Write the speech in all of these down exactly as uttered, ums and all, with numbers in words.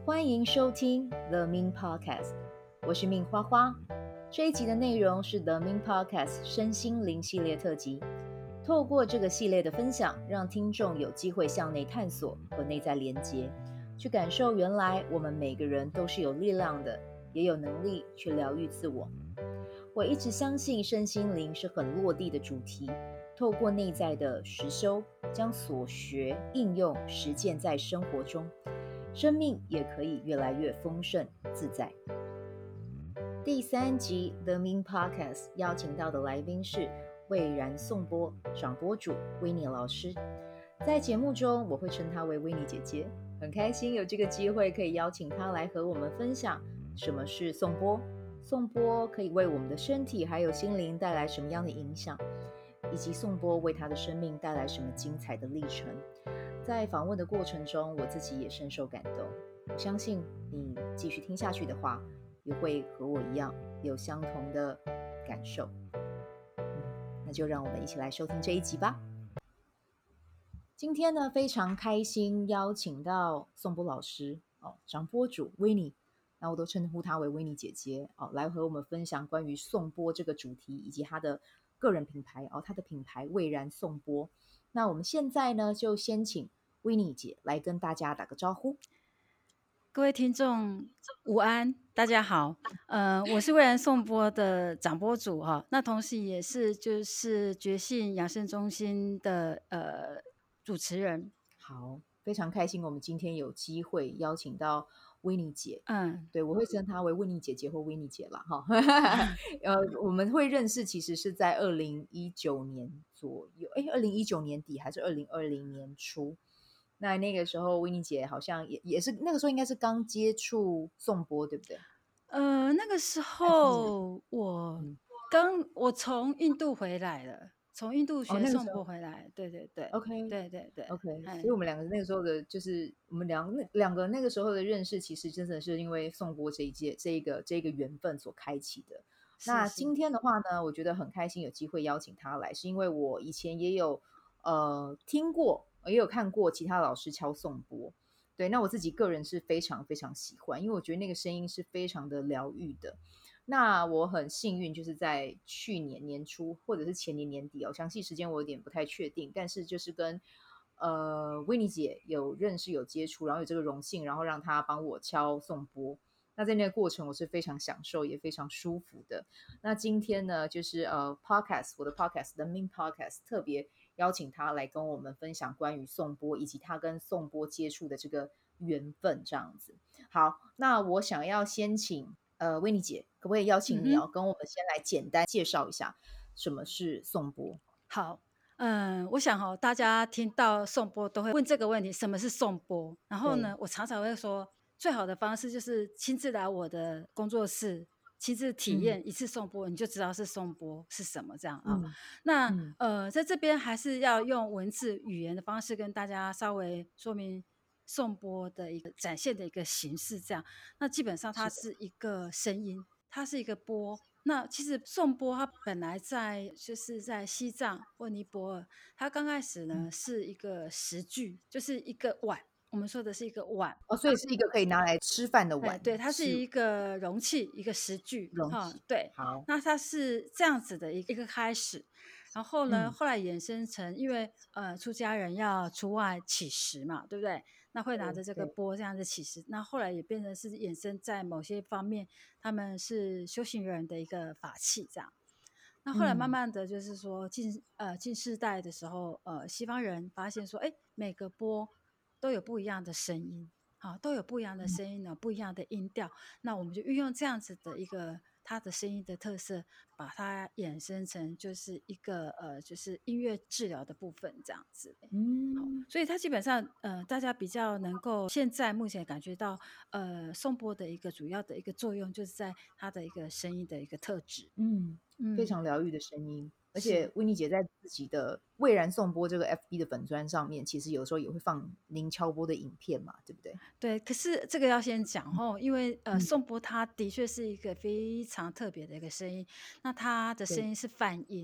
欢迎收听 The Min Podcast， 我是 Min 花花。这一集的内容是 The Min Podcast 身心灵系列特辑。透过这个系列的分享，让听众有机会向内探索和内在连结，去感受原来我们每个人都是有力量的，也有能力去疗愈自我。我一直相信身心灵是很落地的主题，透过内在的实修，将所学应用实践在生活中，生命也可以越来越丰盛自在。第三集 The Min Podcast 邀请到的来宾是蔚然颂钵掌钵主维尼老师。在节目中我会称她为维尼姐姐，很开心有这个机会可以邀请她来和我们分享什么是颂钵，颂钵可以为我们的身体还有心灵带来什么样的影响，以及颂钵为她的生命带来什么精彩的历程。在访问的过程中，我自己也深受感动。我相信你继续听下去的话，也会和我一样有相同的感受。嗯，那就让我们一起来收听这一集吧。今天呢，非常开心邀请到颂钵老师哦，掌钵主维尼，那我都称呼她为维尼姐姐哦，来和我们分享关于颂钵这个主题，以及她的个人品牌哦，她的品牌蔚然颂钵。那我们现在呢，就先请维尼姐来跟大家打个招呼。 各位听众午安，大家好，呃，我是蔚然颂钵的掌钵主哈，那同时也是就是觉信养生中心的呃主持人。 好，非常开心，我们今天有机会邀请到维尼姐。 嗯， 对，我会称她为维尼姐姐或维尼姐啦哈。呃，我们会认识其实是在二零一九年左右，哎，二零一九年底还是二零二零年初。那那个时候维尼姐好像也也是那个时候应该是刚接触颂钵，对不对？ 呃，那个时还是候我嗯， 刚我从印度回来了，从印度哦， 学颂钵那个时候回来，对对对 OK。 对对对， OK，所以我哎， 们两个那个时候的，就是我们两那两个那个时候的认识，其实真的是因为颂钵这一届这一个这一个缘分所开启的。 是是， 那今天的话呢，我觉得很开心有机会邀请他来，是因为我以前也有呃听过，也有看过其他老师敲颂钵。对，那我自己个人是非常非常喜欢，因为我觉得那个声音是非常的疗愈的。那我很幸运，就是在去年年初或者是前年年底哦，详细时间我有点不太确定，但是就是跟呃维尼姐有认识有接触，然后有这个荣幸，然后让她帮我敲颂钵。那在那个过程，我是非常享受，也非常舒服的。那今天呢，就是呃，podcast 我的 podcast 的 Min Podcast 特别邀请她来跟我们分享关于颂钵以及她跟颂钵接触的这个缘分，这样子。好，那我想要先请呃维尼姐，可不可以邀请你哦， 嗯哼。 跟我们先来简单介绍一下什么是颂钵？ 好，嗯，我想哈、大家听到颂钵都会问这个问题：什么是颂钵？然后对， 呢，我常常会说，最好的方式就是亲自来我的工作室，亲自体嗯验一次颂钵，你就知道是颂钵是什么这样啊。 嗯那嗯， 呃，在这边还是要用文字语言的方式跟大家稍微说明颂钵的一个展现的一个形式，这样。那基本上它是的， 是一个声音，它是一个钵。那其实颂钵它本来在就是在西藏或尼泊尔，它刚开始呢嗯是一个食具，就是一个碗，我们说的是一个碗。 哦，所以是一个可以拿来吃饭的哎， 碗， 对，它是是一个容器，一个食具，哈， 容器。 对。 好， 那它是这样子的一个一个开始，然后呢， 嗯， 后来衍生成，因为呃，出家人要出外乞食嘛，对不对？那会拿着这个对对， 钵这样子乞食，那后来也变成是衍生在某些方面，他们是修行人的一个法器这样。那后来慢嗯， 慢的就是说近呃近世代的时候，呃，西方人发现说，哎，每个钵都有不一样的声音。好，都有不一样的嗯声音呢，不一样的音调。那我们就运用这样子的一个它的声音的特色，把它衍生成就是一个呃，就是音乐治疗的部分这样子。好， 嗯所以它基本上呃，大家比较能够现在目前感觉到呃，颂钵的一个主要的一个作用，就是在它的一个声音的一个特质。 嗯，非嗯， 常疗愈的声音。而且是。 维尼姐在自己的蔚然颂钵这个 F B 的粉砖上面，其实有时候也会放您敲钵的影片嘛，对不对？ 对，可是这个要先讲嗯哦，因为呃， 嗯， 颂钵它的确是一个非常特别的一个声音，那它的声对， 音是泛音，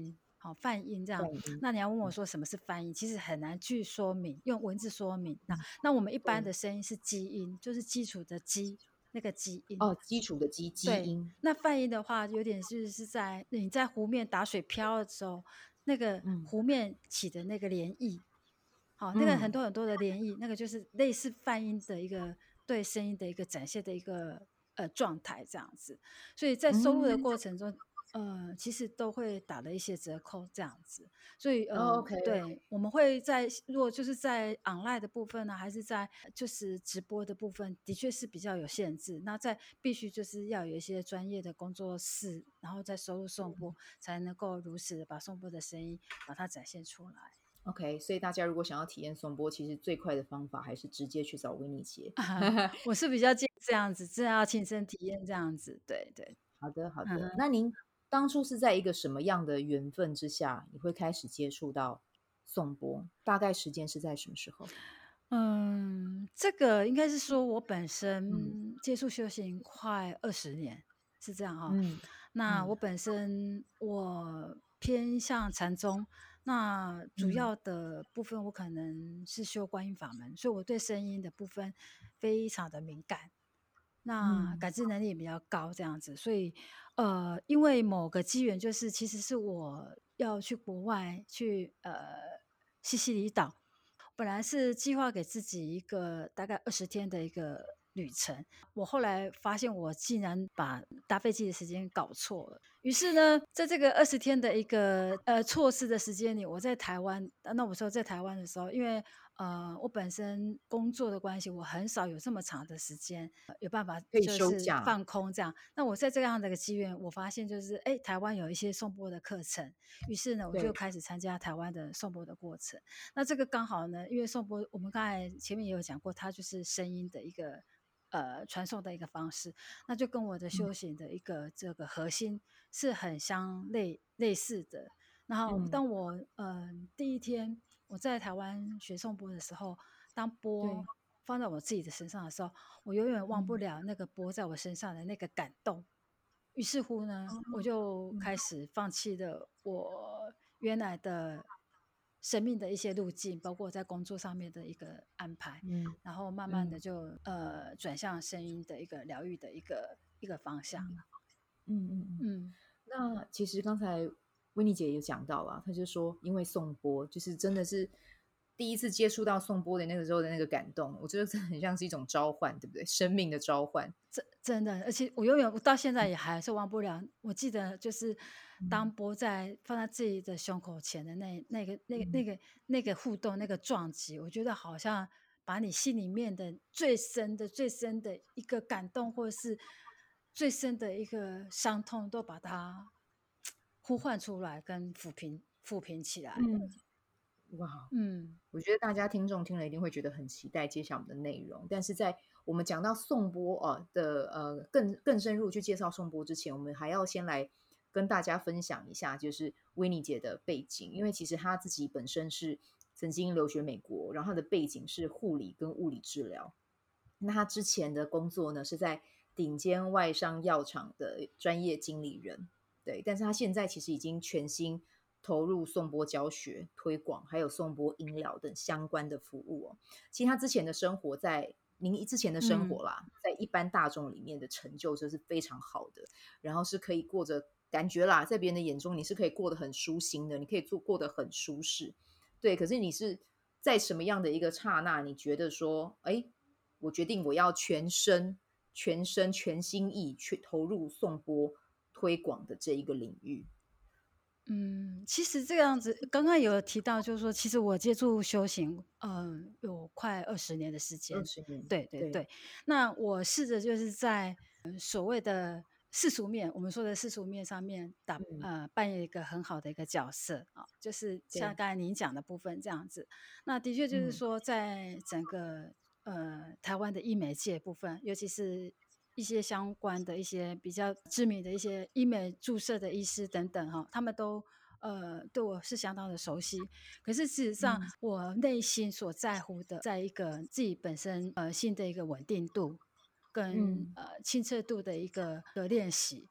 好、泛音这样。 泛音， 那你要问我嗯说什么是泛音，其实很难去说明，用文字说明。那嗯， 那我们一般对， 的声音是基音，就是基础的基那个基音。 哦，基础的基基对， 因， 那泛音的话，有点是是在你在湖面打水漂的时候，那个嗯湖面起的那个涟漪，好，那个很嗯多很多的涟漪，那个就是类似泛音的一个对声音的一个展现的一个呃状态这样子。所以在收录的嗯， 过程中，呃，其实都会打了一些折扣这样子。所以哦呃， ，OK， 对，我们会在如果就是在 online 的部分呢，还是在就是直播的部分，的确是比较有限制。那在必须就是要有一些专业的工作室，然后再收录颂钵，才能够如实的把颂钵的声音把它展现出来。 OK，所以大家如果想要体验颂钵，其实最快的方法还是直接去找维尼姐。 我是比较建议这样子，真的要亲身体验这样子，对对。 好的，好的。 嗯哼。 那您当初是在一个什么样的缘分之下，你会开始接触到颂钵？大概时间是在什么时候？ 嗯，这个应该是说我本嗯身接触修行快二十年，是这样哈。 嗯嗯那我本身我偏向禅宗，那主嗯要的部分我可能是修观音法门，所以我对声音的部分非常的敏感。那嗯感知能力也比较高，这样子，所以，呃，因为某个机缘，就是其实是我要去国外去，呃，西西里岛，本来是计划给自己一个大概二十天的一个旅程，我后来发现我竟然把搭飞机的时间搞错了，于是呢，在这个二十天的一个呃错失的时间里，我在台湾，呃那我说在台湾的时候，因为呃我本身工作的关系，我很少有这么长的时间，呃有办法可以就是收假。 放空这样。那我在这样的一个机缘，我发现就是哎台湾有一些颂钵的课程，于是呢我就对， 开始参加台湾的颂钵的过程。那这个刚好呢，因为颂钵我们刚才前面也有讲过，它就是声音的一个。呃，传送的一个方式，那就跟我的嗯修行的一个这个核心是很相类类似的。然后， 嗯， 当我嗯、呃第一天我在台湾学颂钵的时候，当对， 钵放在我自己的身上的时候，我永远忘不嗯了那个钵在我身上的那个感动。于是乎呢， 哦， 我就嗯开始放弃了我原来的生命的一些路径，包括在工作上面的一个安排， 嗯然后慢慢的嗯就呃转向声音的一个疗愈的一个一个方向。 嗯嗯嗯嗯。 嗯那其实刚才维尼姐有讲到啊，她就说，因为颂钵，就是真的是第一次接触到颂钵的那个时候的那个感动，我觉得这很像是一种召唤，对不对？生命的召唤。 真真的，而且我永远我到现在也还是忘不了。我记得就是当嗯波在放在自己的胸口前的那那个那个那嗯个那个互动那个撞击，我觉得好像把你心里面的最深的最深的一个感动，或者是最深的一个伤痛，都把它呼唤出来，跟抚平抚平起来。 嗯，哇， 嗯我觉得大家听众听了一定会觉得很期待接下来我们的内容。但是在我们讲到颂钵啊的呃更更深入去介绍颂钵之前，我们还要先来跟大家分享一下，就是维尼姐的背景，因为其实她自己本身是曾经留学美国，然后她的背景是护理跟物理治疗。那她之前的工作呢是在顶尖外商药厂的专业经理人，对，但是她现在其实已经全心投入颂钵教学、推广，还有颂钵音疗等相关的服务哦。其实她之前的生活在您之前的生嗯活啦，在一般大众里面的成就就是非常好的，然后是可以过着感觉啦，在别人的眼中你是可以过得很舒心的，你可以做过得很舒适，对。可是你是在什么样的一个刹那，你觉得说，哎，我决定我要全身、全身、全心意去投入颂钵推广的这一个领域？ 嗯，其实这样子，刚刚有提到，就是说，其实我接触修行，嗯、有快二十年的时间。 二十年，对， 对对对，那我试着就是在呃所谓的世俗面，我们说的世俗面上面打嗯， 呃扮演一个很好的一个角色啊，就是像对， 刚才您讲的部分这样子。那的确就是嗯说，在整个呃台湾的医美界部分，尤其是一些相关的一些比较知名的一些医美注射的医师等等哈，他们都呃对我是相当的熟悉。可是事实上， 嗯我内心所在乎的，在一个自己本身呃心的一个稳定度跟嗯呃清澈度的一个的练习。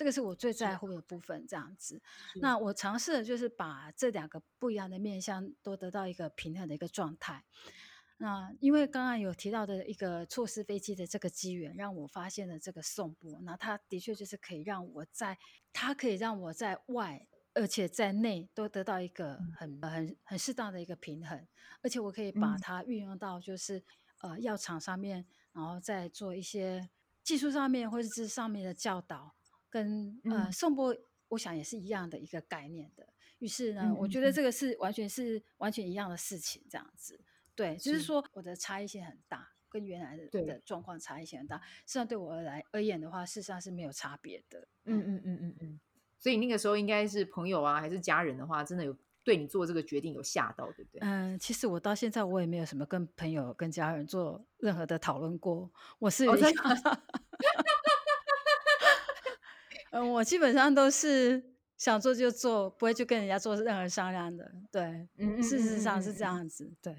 这个是我最是在乎的部分，这样子。 是， 那我尝试的就是把这两个不一样的面向都得到一个平衡的一个状态。那因为刚刚有提到的一个错失飞机的这个机缘，让我发现了这个颂钵，那它的确就是可以让我在，它可以让我在外，而且在内都得到一个嗯很很很适当的一个平衡，而且我可以把嗯它运用到就是呃药厂上面，然后再做一些技术上面或者是上面的教导，跟呃嗯颂钵，我想也是一样的一个概念的。于是呢，我嗯嗯嗯， 觉得这个是完全是完全一样的事情，这样子。对，就是是， 说我的差异性很大，跟原来的对， 的状况差异性很大。实际上对我而来而言的话，事实上是没有差别的。嗯。 嗯嗯嗯嗯嗯。所以那个时候应该是朋友啊，还是家人的话，真的有对你做这个决定有吓到，对不对？ 嗯，其实我到现在我也没有什么跟朋友、跟家人做任何的讨论过。我哦， 是一个， 真的？ 嗯，我基本上都是想做就做，不会去跟人家做任何商量的。对， 嗯嗯事嗯嗯实上是这嗯嗯。 样子。对。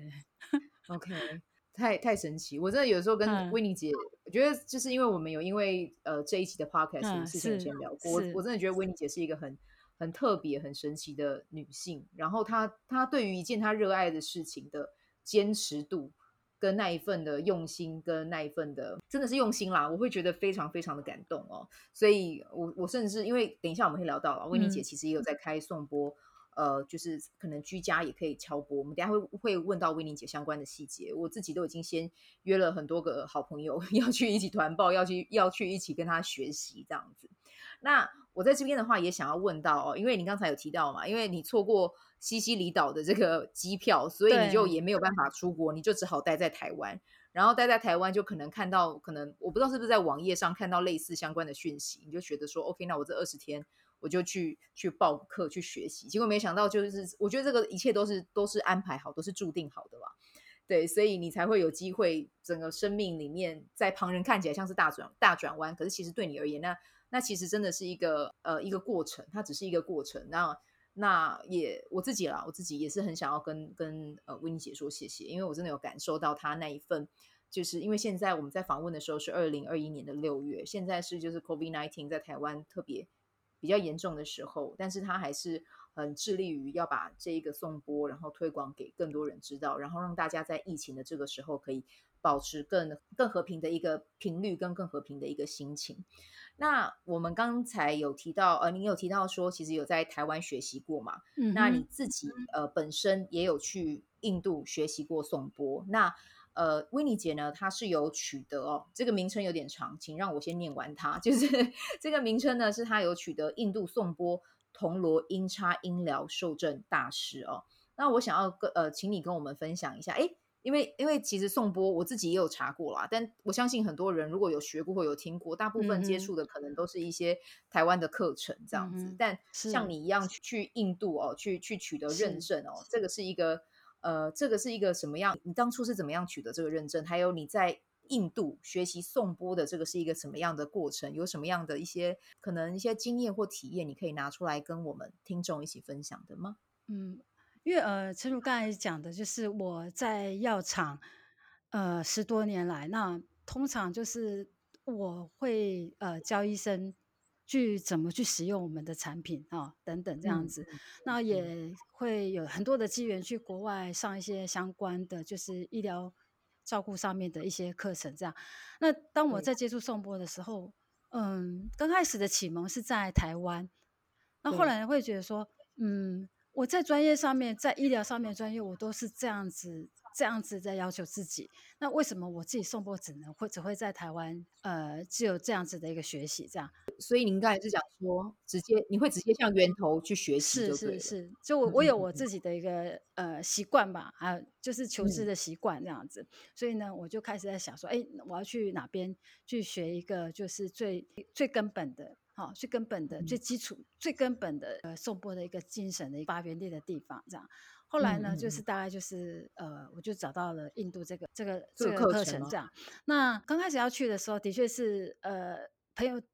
OK，太太神奇！我真的有时候跟嗯威尼姐，我觉得就是因为我们有因为呃这一期的 podcast，我们嗯， 事前有是先聊过，我我是， 真的觉得威尼姐是一个很很特别、很神奇的女性。然后她她对于一件她热爱的事情的坚持度，跟那一份的用心，跟那一份的真的是用心啦，我会觉得非常非常的感动哦。所以我我甚至因为等一下我们会聊到了，威尼姐嗯其实也有在开颂钵。呃，就是可能居家也可以敲钵，我们等一下会会问到威宁姐相关的细节。我自己都已经先约了很多个好朋友要去一起团报，要去要去一起跟他学习这样子。那我在这边的话也想要问到哦，因为你刚才有提到嘛，因为你错过西西里岛的这个机票，所以你就对， 也没有办法出国，你就只好待在台湾。然后待在台湾就可能看到，可能我不知道是不是在网页上看到类似相关的讯息，你就觉得说 OK，那我这二十天我就去去报课去学习。结果没想到就是我觉得这个一切都是都是安排好，都是注定好的啦。对，所以你才会有机会，整个生命里面在旁人看起来像是大转大转弯，可是其实对你而言，那那其实真的是一个呃一个过程，它只是一个过程。那那也我自己啦，我自己也是很想要跟跟呃温妮姐说谢谢，因为我真的有感受到她那一份，就是因为现在我们在访问的时候是二零二一年的六月，现在是就是 COVID 十九 在台湾特别比较严重的时候，但是她还是很致力于要把这一个颂钵，然后推广给更多人知道，然后让大家在疫情的这个时候可以保持更更和平的一个频率，跟更和平的一个心情。那我们刚才有提到，呃，你有提到说，其实有在台湾学习过嘛？那你嗯哼。 自己呃本身也有去印度学习过颂钵。那呃，维尼姐呢，她是有取得哦，这个名称有点长，请让我先念完它。就是这个名称呢，是她有取得印度颂钵铜锣音叉音疗受证大师哦。那我想要跟呃，请你跟我们分享一下，诶，因为因为其实颂钵我自己也有查过啦，但我相信很多人如果有学过或有听过，大部分接触嗯哼。 的可能都是一些台湾的课程这样子。 嗯哼。 但像是你一样去去印度哦，去去取得认是。 证哦，这个是一个呃，这个是一个什么样？你当初是怎么样取得这个认证？还有你在印度学习颂钵的这个是一个什么样的过程？有什么样的一些可能一些经验或体验，你可以拿出来跟我们听众一起分享的吗？ 嗯，因为呃，诚如刚才讲的，就是我在药厂，呃，十多年来，那通常就是我会呃教医生去怎么去使用我们的产品啊、等等这样子， 嗯嗯那嗯也会有很多的机缘去国外上一些相关的，就是医疗照顾上面的一些课程这样。那当我对， 在接触颂钵的时候，嗯，刚开始的启蒙是在台湾，那后对， 来会觉得说，嗯，我在专业上面，在医疗上面的专业，我都是这样子这样子在要求自己。那为什么我自己颂钵只能会只会在台湾，呃，只有这样子的一个学习这样？ 所以您刚才是讲说，直接你会直接向源头去学习是就对了。 是是，就我嗯我有我嗯嗯自己的一个呃习惯吧，还有就是求知嗯的习惯这样子，所以呢，我就开始在想说，哎，我要去哪边去学一个就是最最根本的，好、最根本的、最嗯基础、最根本的呃颂钵的一个精神的一个发源地的地方，这样。后来呢， 嗯嗯嗯， 就是大概就是呃，我就找到了印度这个这个这个这个课程吗？ 课程这样。那刚开始要去的时候，的确是呃。朋友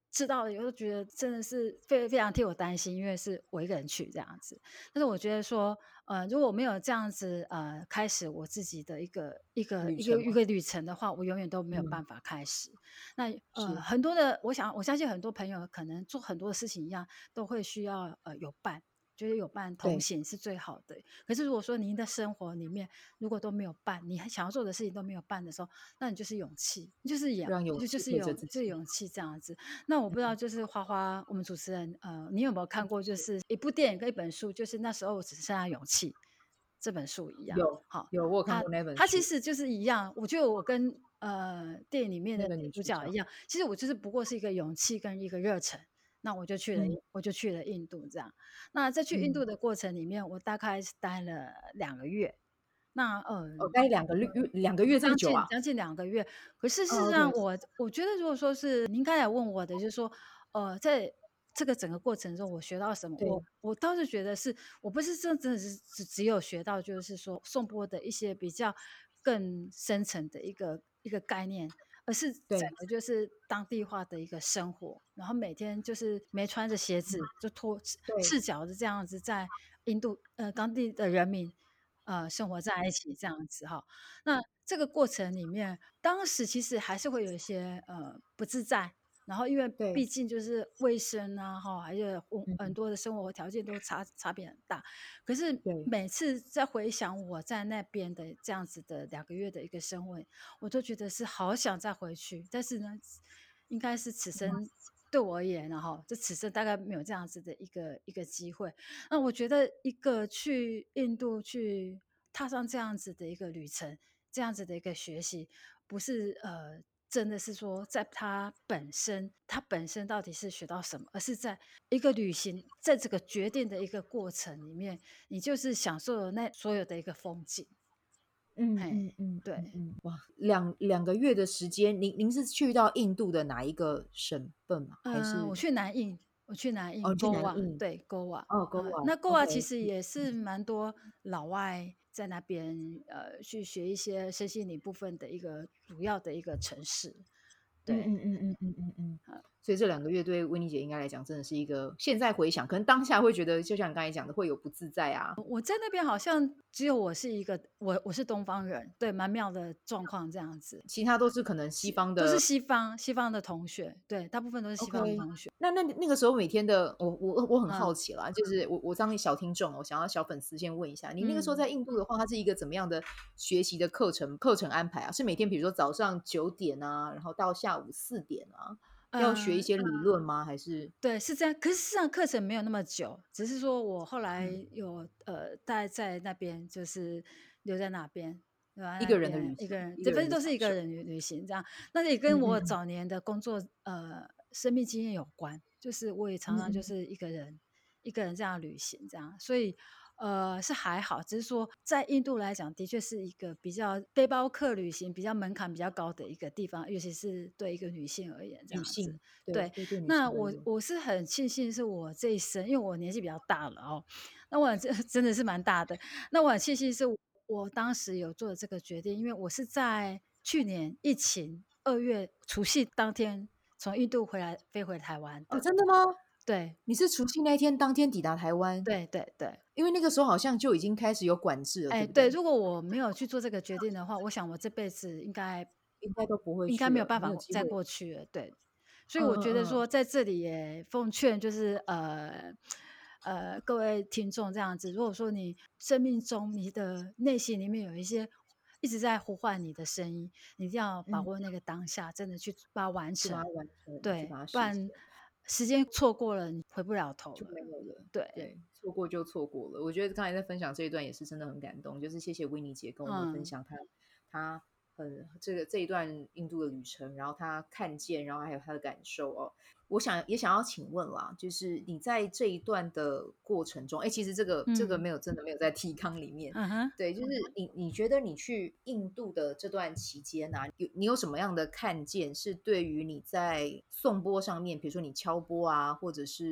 知道了以后觉得真的是非非常替我担心，因为是我一个人去这样子。但是我觉得说，呃，如果我没有这样子呃开始我自己的一个一个旅程嘛。 一个一个旅程的话，我永远都没有嗯， 办法开始。那呃是， 很多的，我想我相信很多朋友可能做很多的事情一样，都会需要呃有伴。觉得有伴同对， 行是最好的。可是如果说您的生活里面如果都没有伴，你想要做的事情都没有伴的时候，那你就是勇气，就是勇， 让勇就就是气陪着自己。 有这勇气这样子。那我不知道，就是花花，我们主持人，呃，你有没有看过，就是一部电影跟一本书，就是那时候我只剩下勇气这本书一样。 有好， 有，我有看它过那本它其书， 实就是一样，我觉得我跟呃电影里面那个的女女主角。 主角一样，其实我就是不过是一个勇气跟一个热忱。那我就去了， 嗯我就去了印度这样。那在去印嗯， 度的过程里面，我大概是待了两个月。那呃， 哦，待两个月两个月这么将久啊？ 近将近两个月。可是事哦实上 ，OK， 我我觉得如果说是您刚才有问我的，就是说，呃，在这个整个过程中我学到什么，我对我倒是觉得是我不是真真的是只只有学到就是说颂钵的一些比较更深层的一个一个概念，而是整对个就是当地化的一个生活，然后每天就是没穿着鞋子就脱赤对， 赤脚的这样子在印度呃当地的人民呃生活在一起这样子哈。那这个过程里面，当时其实还是会有一些呃不自在，然后因为对， 毕竟就是卫生啊，哈，还有很很嗯， 多的生活条件都差差别很大。可是对， 每次在回想我在那边的这样子的两个月的一个生活，我都觉得是好想再回去。但是呢，应该是此生对我而言，然后就此生大概没有这样子的一个一个机会。那我觉得一个去印度去踏上这样子的一个旅程，这样子的一个学习，不是呃，真的是说在它本身，它本身到底是学到什么，而是在一个旅行，在这个决定的一个过程里面，你就是享受了那所有的一个风景。 嗯嘿， 嗯嗯对， 嗯嗯，哇，两两个月的时间，您您是去到印度的哪一个省份吗？还嗯、我是去南印，我去南印哦，你去南 Goa， 印？ 对 Goa， 哦啊、 ，Goa， 那 Goa 其 OK， 实也是蛮多老外在那边呃去学一些身心灵部分的一个主要的一个城市，对。 嗯嗯嗯嗯嗯嗯嗯，所以这两个月对温妮姐应该来讲，真的是一个现在回想，可能当下会觉得，就像你刚才讲的，会有不自在啊。 我在那边好像只有我是一个我我是东方人，对，蛮妙的状况这样子。 其他都是可能西方的。 都是西方西方的同学，对，大部分都是西方的 OK， 同学。 那那那个时候每天的我我我很好嗯奇啦，就是我我当小听众，我想要小粉丝先问一下，你那个时候嗯在印度的话，它是一个怎么样的学习的课程课程安排啊？是每天比如说早上九点啊，然后到下午四点啊，要学一呃， 些理论吗？还是对，是这样。可是事实上课程没有那么久，只是说我后来嗯有呃待在那边，就是留在那边，留在那一个人的旅行， 边一个人，这一个人边都是一个的享受？ 人旅旅行这样。那也跟我嗯嗯早年的工作呃生命经验有关，就是我也常常就嗯嗯是一个人一个人这样旅行这样，所以呃是还好，只是说在印度来讲，的确是一个比较背包客旅行比较门槛比较高的一个地方，尤其是对一个女性而言这样子。 女性，对对， 对对，女那性而言， 我我是很庆幸是我这一生，因为我年纪比较大了哦，那我很真真的是蛮大的。那我很庆幸是我我当时有做这个决定，因为我是在去年疫情二月除夕当天从印度回来飞回台湾哦， 的。 真的吗？ 对你是除夕那一天当天抵达台湾？ 对对对， 因为那个时候好像就已经开始有管制了，对哎，对， 不对？ 如果我没有去做这个决定的话，我想我这辈子应该应该都不会应该去了， 没有办法再没有机会。 过去了，对。所以嗯我觉得嗯嗯， 说在这里也奉劝就是呃呃各位听众这样子，如果说你生命中你的内心里面有一些一直在呼唤你的声音，你一定要把嗯， 握那个当下，真的去把它完成， 去把它完成，去对， 把它实现， 不然时间错过了，你回不了头就了， 没有了。 对， 对，错过就错过了。我觉得刚才在分享这一段也是真的很感动，就是谢谢维尼姐跟我们分嗯享她她很这个这一段印度的旅程，然后她看见，然后还有她的感受哦。我想也想要请问啦，就是你在这一段的过程中，哎，其实这个这个嗯没有真的没有在提纲里面。 嗯哼。 对，就是你你觉得你去印度的这段期间啊，有你有什么样的看见，是对于你在颂钵上面，比如说你敲钵啊，或者是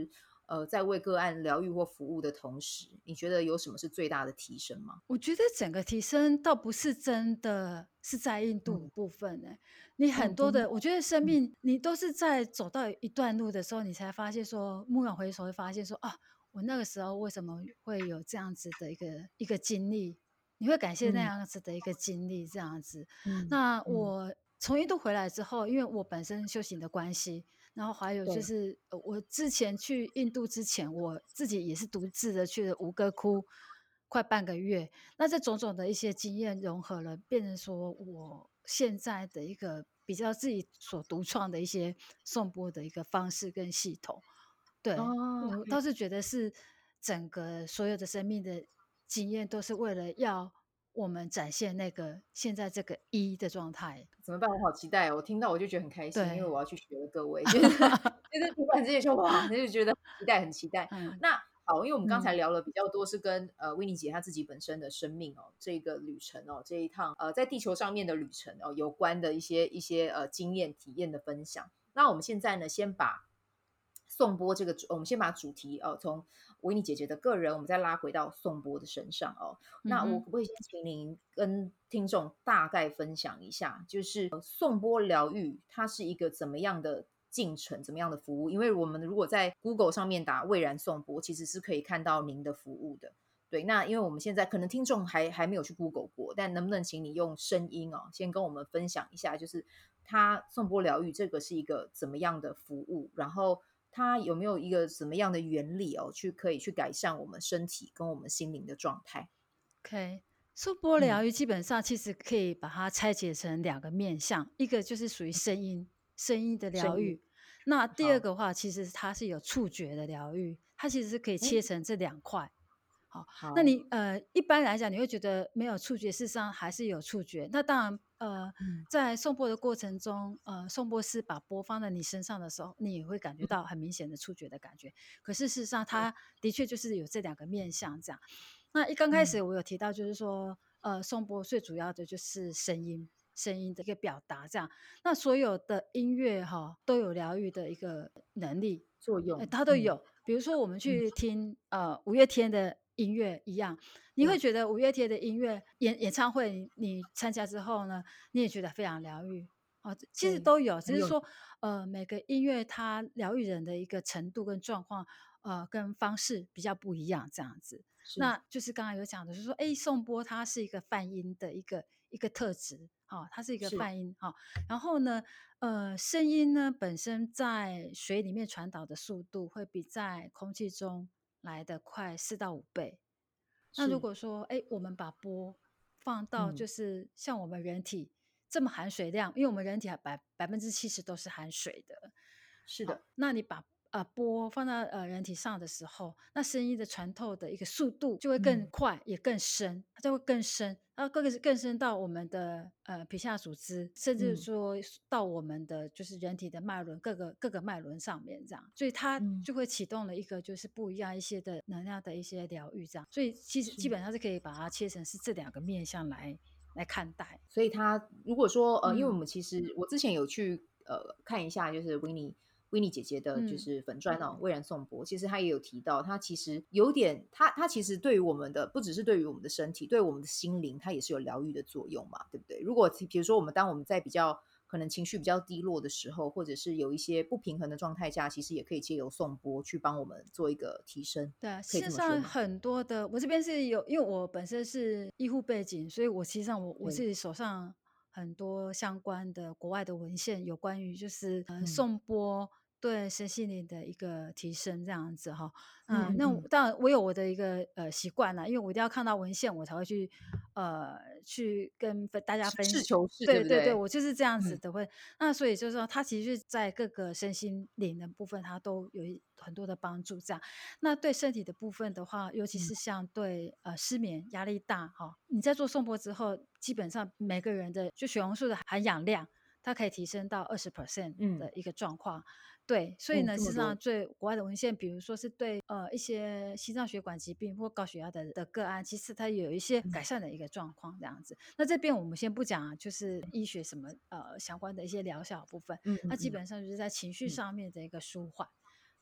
呃，在为个案疗愈或服务的同时，你觉得有什么是最大的提升吗？ 我觉得整个提升倒不是真的是在印度嗯， 部分呢、你哦， 很多的， 真的， 我觉得生嗯命你都是在走到一段路的时候，你才发现说，蓦然回首会发现说啊，我那个时候为什么会有这样子的一个一个经历？你会感谢那嗯样子的一个经历，这样子。 嗯那嗯， 我从印度回来之后，因为我本身修行的关系，然后还有就对， 是，呃，我之前去印度之前，我自己也是独自的去了吴哥窟快半个月。那这种种的一些经验融合了，变成说我现在的一个比较自己所独创的一些颂钵的一个方式跟系统。对， 哦我倒是觉得是整个所有的生命的经验，都是为了要我们展现那个现在这个一的状态。 怎么办？我好期待哦！我听到我就觉得很开心，因为对， 我要去学了各位，就是就是读完这些就哇，就觉得很期待，很期待。 嗯那好，因为我们刚才嗯聊了比较多是跟呃维尼姐她自己本身的生命哦，这个旅程哦，这一趟呃在地球上面的旅程哦有关的一些一些呃经验体验的分享。那我们现在呢，先把颂钵这个主，我们先把主题哦，从维尼姐姐的个人，我们再拉回到颂钵的身上哦。那我嗯哼。 可不可以先请您跟听众大概分享一下，就是呃颂钵疗愈它是一个怎么样的进程，怎么样的服务？因为我们如果在 Google 上面打蔚然颂钵，其实是可以看到您的服务的。对，那因为我们现在可能听众还还没有去 Google 过，但能不能请你用声音哦，先跟我们分享一下，就是它颂钵疗愈这个是一个怎么样的服务，然后它有没有一个什么样的原理哦，去可以去改善我们身体跟我们心灵的状态？ OK，颂钵疗嗯， 愈基本上其实可以把它拆解成两个面向，一个就是属于声音，声音的声音疗愈。那第二好， 个话，其实它是有触觉的疗愈，它其实是可以哎， 切成这两块。好，那好， 你呃，一般来讲，你会觉得没有触觉，事实上还是有触觉。那当然，呃， 嗯在颂钵的过程中，呃，颂钵师把钵放在你身上的时候，你也会感觉到很明显的触觉的感觉。可是事实上，它的确就是有这两个面向这样。那一刚开嗯始我有提到，就是说，呃，颂钵最主要的就是声音，声音的一个表达这样。那所有的音乐哈都有疗愈的一个能力，呃， 作用，嗯它都有。比如说我们嗯， 去听呃五月天的音乐一样，你会对觉得五月天的音乐演演唱会你，你参加之后呢，你也觉得非常疗愈。哦，其实对， 都有，只很有是说呃每个音乐它疗愈人的一个程度跟状况，呃跟方式比较不一样，这样子。 是， 那就是刚刚有讲的，就是说，哎，颂钵它是一个泛音的一个一个特质，哈、它是一个是， 泛音，哈、然后呢，呃，声音呢本身在水里面传导的速度会比在空气中来得快四到五倍。那如是， 果说，哎，我们把波放到嗯， 就是像我们人体这么含水量，因为我们人体还百百分之七十都是含水的。好， 是的， 那你把呃波放到呃人体上的时候，那声音的穿透的一个速度就会更嗯快，也更深，它就会更深，然后更更深到我们的呃皮下组织，甚至嗯说到我们的就是人体的脉轮各个各个脉轮上面这样，所以它嗯， 就会启动了一个就是不一样一些的能量的一些疗愈这样，所以其实基是。 本上是可以把它切成是这两个面向来来看待。 所以他如果说呃，因为我嗯们其实我之前有去呃看一下，就是 w i n n i w i n n i 姐姐的就嗯是粉砖哦，蔚然颂钵，其实她也有提到，她其实有点，她她其实对于我们的不只是对于我们的身体，对我们的心灵，它也是有疗愈的作用嘛，对不对？如果比如说我们当我们在比较可能情绪比较低落的时候，或者是有一些不平衡的状态下，其实也可以借由颂钵去帮我们做一个提升， 对啊， 可以事实这么说吗？ 上很多的，我这边是有，因为我本身是医护背景，所以我其实上我我对， 自己手上很多相关的国外的文献，有关于就是呃嗯颂钵对身心灵的一个提升这样子哈。啊、 嗯嗯嗯， 那我当然我有我的一个呃习惯啦，因为我一定要看到文献，我才会去呃去跟分大家实事分析。 求是，对对对对， 不对？ 我就是这样子嗯的会。那所以就是说，它其实是在各个身心灵的部分，它都有一很多的帮助。这样，那对身体的部分的话，尤其嗯是像对呃失眠、压力大哈、你在做颂钵之后，基本上每个人的就血红素的含氧量，它可以提升到二十 percent 嗯， 的一个状况。对，所以哦， 呢，事实上， 这么多， 对国外的文献，比如说是对呃一些心脏血管疾病或高血压的的个案，其实它有一些改嗯善的一个状况这样子。那这边我们先不讲啊，就是医学什么呃相关的一些疗效的部分， 嗯嗯嗯它基本上就是在情绪嗯。 上面的一个舒缓。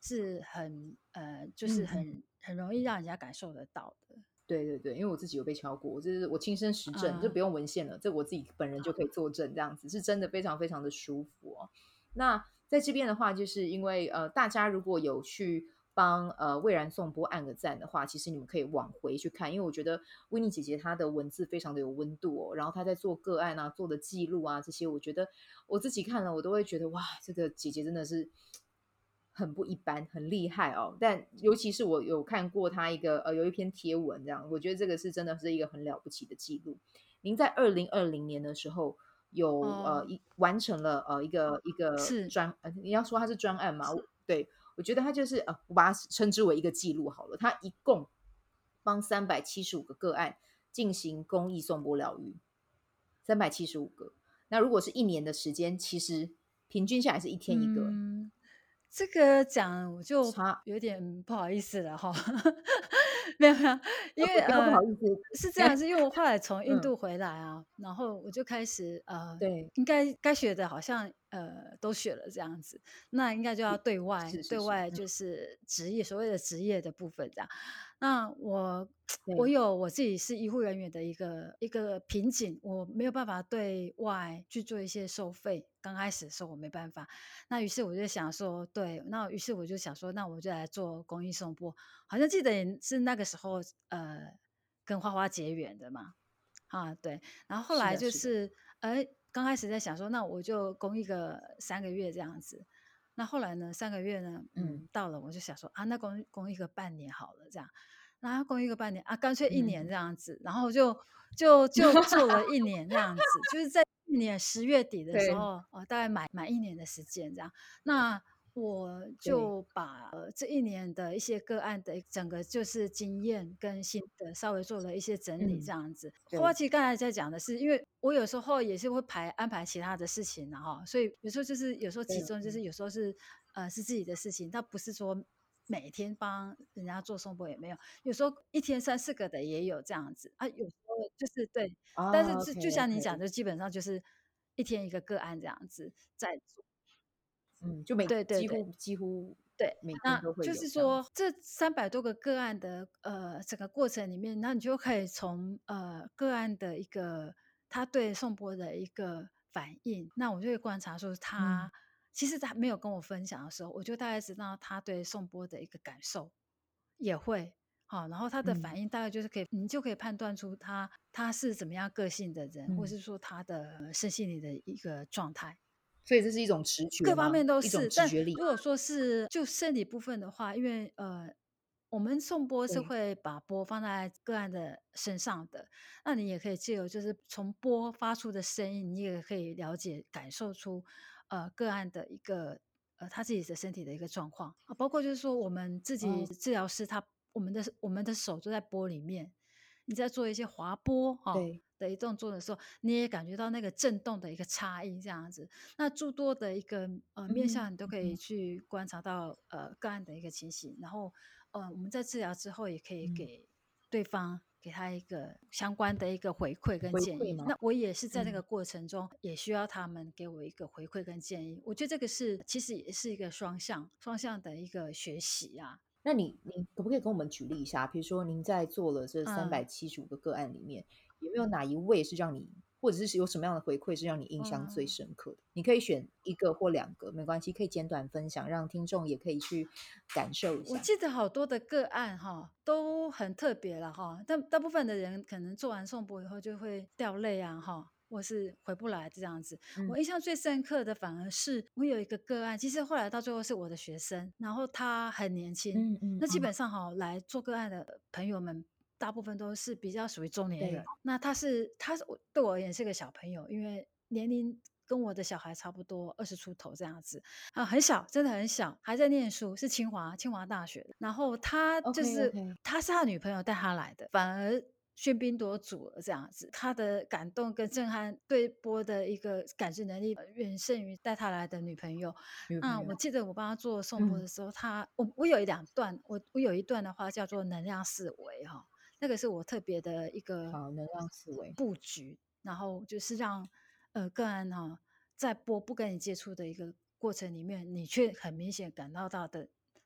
是很呃，就是嗯嗯。 很很容易让人家感受得到的。 对对对，因为我自己有被敲过，这是我亲身实证，这啊、 不用文献了，这我自己本人就可以作证，这样子是真的非常非常的舒服哦。那在这边的话，就是因为呃，大家如果有去帮呃蔚然颂钵按个赞的话，其实你们可以往回去看，因为我觉得维尼姐姐她的文字非常的有温度哦，然后她在做个案啊、做的记录啊这些，我觉得我自己看了，我都会觉得哇，这个姐姐真的是很不一般，很厉害哦。但尤其是我有看过她一个呃有一篇贴文，这样我觉得这个是真的是一个很了不起的记录。您在二零二零年的时候有呃哦， 一完成了呃一个一个是专呃你要说它是专案嘛？我对我觉得它就是呃我把它称之为一个记录好了。它一共帮三百七十五个个案进行公益颂钵疗愈，三百七十五个。那如果是一年的时间，其实平均下来是一天一个、欸， 嗯，这个讲我就差有点不好意思了哈。没有没有，因呃不不要不为呃好意思， 是这样，是因为我后来从印嗯， 度回来啊，然后我就开始呃， 对， 应该该学的好像呃都学了这样子，那应该就要对外是是是，嗯， 对外就是职业所谓的职业的部分这样。那我我对， 有我自己是医护人员的一个一个瓶颈，我没有办法对外去做一些收费。刚开始的时候我没办法，那于是我就想说，对，那于是我就想说，那我就来做公益颂钵。好像记得也是那个时候，呃，跟花花结缘的嘛，啊，对。然后后来是的是的， 就是，哎，刚开始在想说，那我就公益个三个月这样子。那后来呢，三个月呢， 嗯嗯，到了，我就想说啊，那公公益个半年好了，这样。然后公益个半年啊，干脆一年嗯， 这样子，然后就就就做了一年这样子，就是在去年十月底的时对候，呃，大概满满一年的时间这样。那我对， 就把呃这一年的一些个案的整个就是经验跟心得稍微做了一些整理，这嗯， 样子。花花对其实刚才在讲的是，因为我有时候也是会排安排其他的事情然后所以有时候就是有时候对， 集中，就嗯是有时候是呃是自己的事情，但不是说每天帮人家做颂钵也没有，有时候一天三四个的也有这样子啊，有时候就是对，但是啊就就 ，OK 像你讲 OK， 的，基本上就是一天一个个案这样子在做。 嗯，就每对对对。 几乎几乎对， 每天那都会就是有这样子， 说这三百多个个案的，呃，整个过程里面，那你就可以从，呃，个案的一个他对颂钵的一个反应，那我就会观察说嗯他其实他没有跟我分享的时候，我就大概知道他对颂钵的一个感受，也会。好，然后他的嗯， 反应大概就是可以你就可以判断出他他是怎么样个性的人，或嗯， 是说他的呃身心里的一个状态。 所以这是一种直觉各方吗？ 面都是， 一种直但觉力， 如果说是就生理部分的话，因为呃，我们颂钵是对， 会把钵放在个案的身上的，那你也可以借由就是从钵发出的声音，你也可以了解感受出呃个案的一个呃他自己的身体的一个状况啊，包括就是说我们自己哦， 治疗师他我们的我们的手就在钵里面，你在做一些滑波哈、 对， 的一动作的时候，你也感觉到那个震动的一个差异，这样子。那诸多的一个呃面嗯向，你都可以嗯去观察到呃个案的一个情形，然后呃我们在治疗之后也可以嗯， 给对方给他一个相关的一个回馈跟回建议。 馈吗？ 那我也是在那个嗯。 过程中，也需要他们给我一个回馈跟建议。我觉得这个是其实也是一个双向双向的一个学习啊。 那你你可不可以跟我们举例一下？比如说您在做了这三百嗯七十五个个案里面，有没有哪一位是让你或者是有什么样的回馈是让你印象最嗯。 深刻的？你可以选一个或两个，没关系，可以简短分享，让听众也可以去感受一下。 我记得好多的个案哈，都很特别了哈，但大部分的人可能做完颂钵以后就会掉泪啊哈，或是回不来这样子。 嗯我印象最深刻的反而是我有一个个案，其实后来到最后是我的学生，然后他很年轻， 嗯嗯， 那基啊， 本上哈来做个案的朋友们。大部分都是比较属于中年人， 对， 那他是他是我对我而言是个小朋友，因为年龄跟我的小孩差不多，二十出头这样子。啊，很小，真的很小，还在念书，是清华清华大学的。然后他就 OK 是 OK， 他是他女朋友带他来的，反而喧宾夺主了这样子。他的感动跟震撼对波的一个感知能力，呃远胜于带他来的女朋友。 女朋友， 那我记得我帮他做颂钵嗯， 的时候，他我我有一两段，我我有一段的话叫做能量思维哈，那个是我特别的一个好，能量思维， 布局，然后就是让呃个案哈、在波不跟你接触的一个过程里面，你却很明显感到到的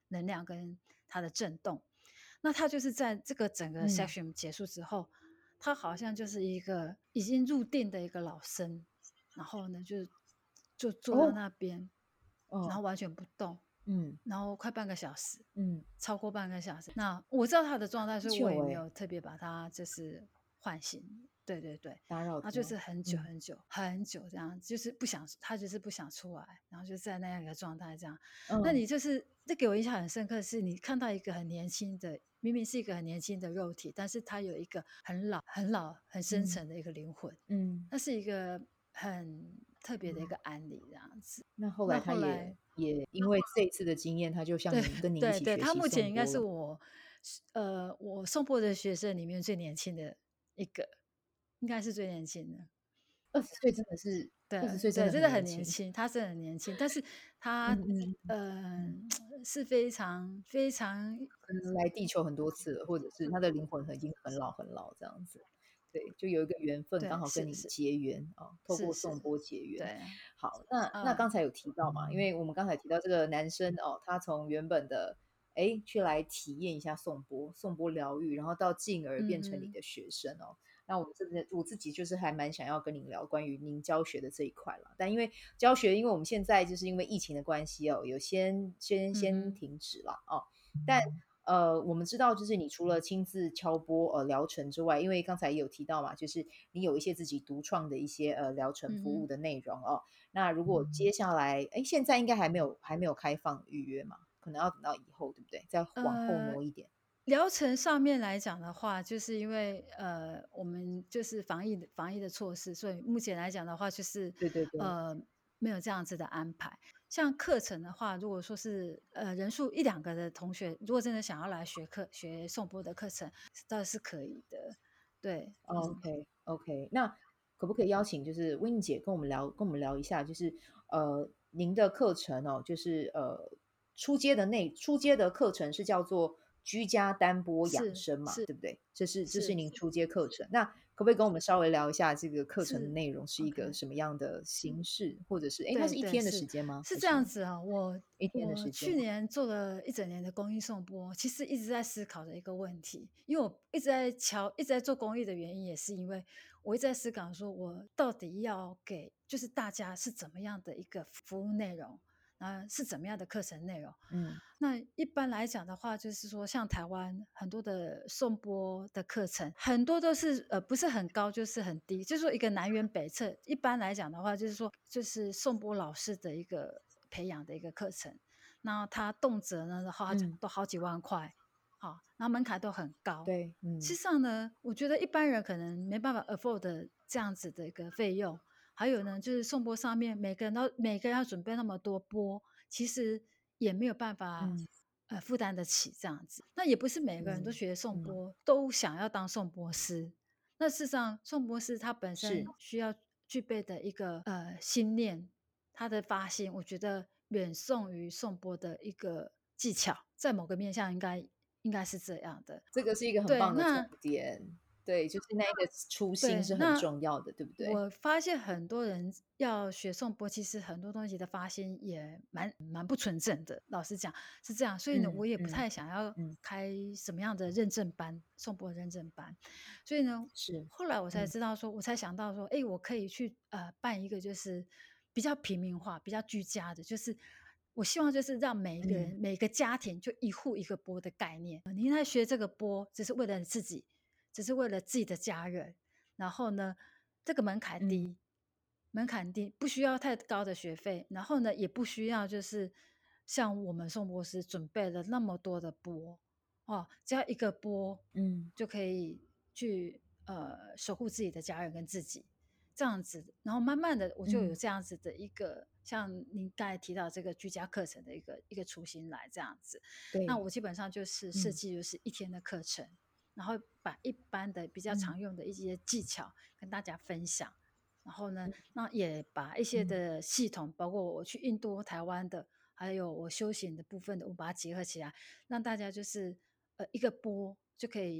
能量跟它的震动。那他就是在这个整个嗯 section 结束之后，他好像就是一个已经入定的一个老僧，然后呢就就坐到哦那边，然后哦完全不动， 嗯然后快半个小时， 嗯， 超过半个小时。那我知道他的状态，所以我也久哎、 没有特别把他就是唤醒。对对对， 打扰他， 他就是很久嗯很久很久这样，就是不想，他就是不想出来，然后就在那样一个状态这样。那嗯你就是这给我印象很深刻，是你看到一个很年轻的，明明是一个很年轻的肉体，但是他有一个很老、很老、很深嗯沉的一个灵魂， 嗯， 那是一个很特别的一个案例这样子。 那后那来他也后来也因为这一次的经验，他就向对你跟你一对对， 起学习他目前应该颂钵了。 是我，呃，我送钵的学生里面最年轻的一个，应该是最年轻的。 二十岁真的是二十对对， 岁真的很真的很年轻。 年轻，他是很年轻，但是他， 嗯嗯呃， 嗯， 是非常非常可能来地球很多次了，或者是他的灵魂已经很老很老这样子。对，就有一个缘分刚对， 好跟你是是结缘啊，透过颂是是， 钵结缘。 对， 好，那那嗯刚才有提到嘛，因为我们刚才提到这个男生哦，他从原本的哎去来体验一下颂钵，颂钵疗愈，然后到进而变成你嗯的学生哦。那我真的我自己就是还蛮想要跟您聊关于您教学的这一块了，但因为教学，因为我们现在就是因为疫情的关系哦，有先先嗯先哼， 停止了哦，但呃，我们知道，就是你除了亲自敲钵呃疗程之外，因为刚才也有提到嘛，就是你有一些自己独创的一些呃疗程嗯哼， 服务的内容哦。那如果接下来，哎，现在应该还没有还没有开放预约嘛，可能要等到以后，对不对？再往后呃， 挪一点。 疗程上面来讲的话，就是因为呃，我们就是防疫的防疫的措施，所以目前来讲的话，就是对对对， 呃没有这样子的安排。像课程的话，如果说是呃人数一两个的同学，如果真的想要来学课学颂钵的课程，倒是可以的。对， OK OK，那可不可以邀请就是 Win 姐跟我们聊跟我们聊一下，就是呃您的课程哦，就是呃初阶的内初阶的课程是叫做居家单播养是生嘛， 是对不对？这是这是是您初阶课程，那可不可以跟我们稍微聊一下这个课程的是内容是一个 ，OK。 什么样的形式，或者是诶，它对对， 是一天的时是间吗？ 是这样还是子啊。我一天的我时间？ 去年做了一整年的公益颂钵，其实一直在思考的一个问题，因为我一直在瞧，一直在做公益的原因，也是因为我一直在思考，说我到底要给就是大家是怎么样的一个服务内容，啊，是怎么样的课程内容。 嗯那一般来讲的话，就是说，像台湾很多的颂钵的课程，很多都是呃不是很高，就是很低，就是说一个南辕北辙。一般来讲的话，就是说，就是颂钵老师的一个培养的一个课程，那他动辄呢的话嗯， 都好几万块，好，然后门槛都很高。 对， 事实嗯上呢，我觉得一般人可能没办法 afford 这样子的一个费用。还有呢，就是颂钵上面每个人都每个人要准备那么多钵，其实也没有办法嗯呃负担得起这样子。那也不是每个人都嗯学颂嗯， 钵都想要当颂钵师。那事实上，颂钵师他本是。 身需要具备的一个呃心念，他的发心，我觉得远胜于颂钵的一个技巧，在某个面向应该应该是这样的。 这个是一个很对， 棒的重那点，对，就是那一个初心对， 是很那重要的，对不对？ 我发现很多人要学颂钵，其实很多东西的发心也蛮蛮不纯正的。老实讲是这样，所以呢，我也不嗯嗯太想要嗯， 开什么样的认证班，颂钵认证班。所以呢， 是， 后来我才嗯知道说，我才想到说，哎，我可以去呃办一个就是比较平民化、比较居家的，就是我希望就是让每一个人、 嗯每个家庭就一户一个钵的概念。您在学这个钵，只是为了自己，只是为了自己的家人。然后呢，这个门槛嗯低，门槛低，不需要太高的学费，然后呢，也不需要就是像我们宋博士准备了那么多的钵哦，只要一个钵嗯就可以去呃守护自己的家人跟自己这样子，然后慢慢的我就有嗯， 这样子的一个像您刚才提到这个居家课程的一个一个雏形来这样子，那对， 我基本上就是设嗯计就是一天的课程。然后把一般的比较嗯常用的一些技巧跟大家分享，然后呢， 嗯那也把一些嗯的系统，包括我去印度、台湾的，还有我修行的部分的，我把它结合起来，让大家就是呃一个波就可以